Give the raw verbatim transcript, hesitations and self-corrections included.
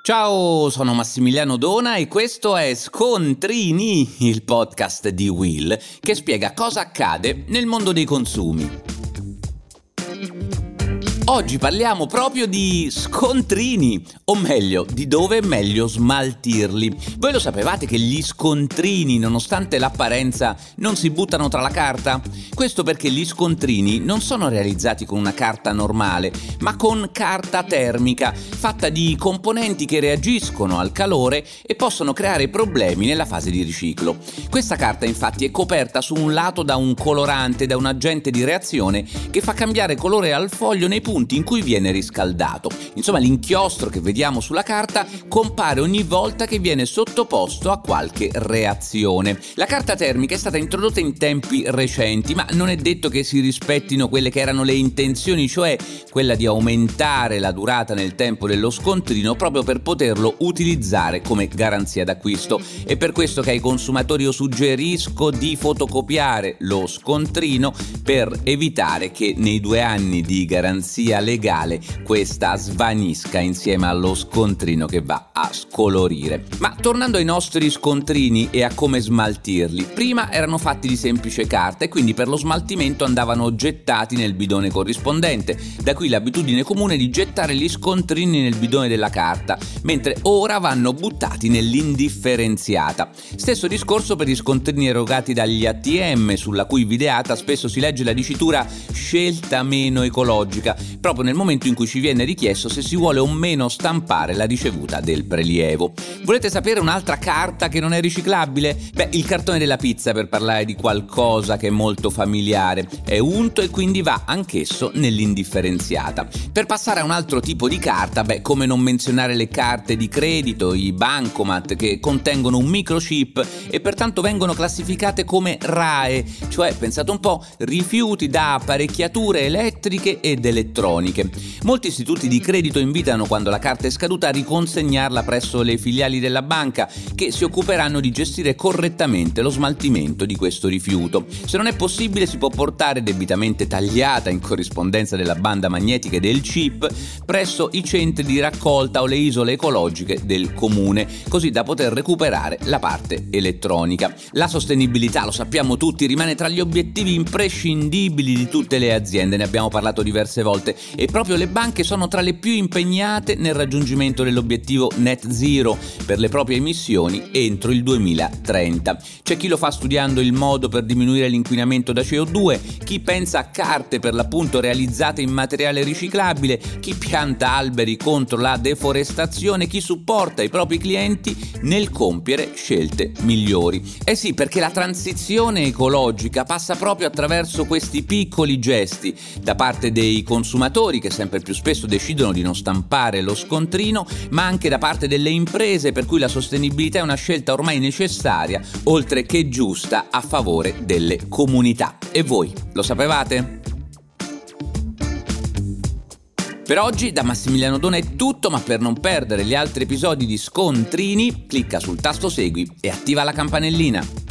Ciao, sono Massimiliano Dona e questo è Scontrini, il podcast di Will che spiega cosa accade nel mondo dei consumi. Oggi parliamo proprio di scontrini, o meglio, di dove è meglio smaltirli. Voi lo sapevate che gli scontrini, nonostante l'apparenza, non si buttano tra la carta? Questo perché gli scontrini non sono realizzati con una carta normale, ma con carta termica, fatta di componenti che reagiscono al calore e possono creare problemi nella fase di riciclo. Questa carta infatti è coperta su un lato da un colorante, da un agente di reazione che fa cambiare colore al foglio nei punti in cui viene riscaldato. Insomma, l'inchiostro che vediamo sulla carta compare ogni volta che viene sottoposto a qualche reazione. La carta termica è stata introdotta in tempi recenti, ma non è detto che si rispettino quelle che erano le intenzioni, cioè quella di aumentare la durata nel tempo dello scontrino proprio per poterlo utilizzare come garanzia d'acquisto. È per questo che ai consumatori io suggerisco di fotocopiare lo scontrino per evitare che nei due anni di garanzia legale questa svanisca insieme allo scontrino che va a scolorire. Ma tornando ai nostri scontrini e a come smaltirli, prima erano fatti di semplice carta e quindi per lo smaltimento andavano gettati nel bidone corrispondente, da qui l'abitudine comune di gettare gli scontrini nel bidone della carta, mentre ora vanno buttati nell'indifferenziata. Stesso discorso per gli scontrini erogati dagli A T M, sulla cui videata spesso si legge la dicitura scelta meno ecologica, proprio nel momento in cui ci viene richiesto se si vuole o meno stampare la ricevuta del prelievo. Volete sapere un'altra carta che non è riciclabile? Beh, il cartone della pizza, per parlare di qualcosa che è molto familiare. È unto e quindi va anch'esso nell'indifferenziata. Per passare a un altro tipo di carta, beh, come non menzionare le carte di credito, i bancomat, che contengono un microchip e pertanto vengono classificate come R A E, cioè, pensate un po', rifiuti da apparecchiature elettriche ed elettroniche. Molti istituti di credito invitano, quando la carta è scaduta, a riconsegnarla presso le filiali della banca, che si occuperanno di gestire correttamente lo smaltimento di questo rifiuto. Se non è possibile, si può portare debitamente tagliata in corrispondenza della banda magnetica e del chip presso i centri di raccolta o le isole ecologiche del comune, così da poter recuperare la parte elettronica. La sostenibilità, lo sappiamo tutti, rimane tra gli obiettivi imprescindibili di tutte le aziende, ne abbiamo parlato diverse volte, e proprio le banche sono tra le più impegnate nel raggiungimento dell'obiettivo net zero per le proprie emissioni entro il duemilatrenta. C'è chi lo fa studiando il modo per diminuire l'inquinamento da C O due, chi pensa a carte per l'appunto realizzate in materiale riciclabile, chi pianta alberi contro la deforestazione, chi supporta i propri clienti nel compiere scelte migliori. Eh sì, perché la transizione ecologica passa proprio attraverso questi piccoli gesti da parte dei consumatori, che sempre più spesso decidono di non stampare lo scontrino, ma anche da parte delle imprese, per cui la sostenibilità è una scelta ormai necessaria, oltre che giusta, a favore delle comunità. E voi lo sapevate? Per oggi da Massimiliano Dona è tutto, ma per non perdere gli altri episodi di Scontrini, clicca sul tasto segui e attiva la campanellina.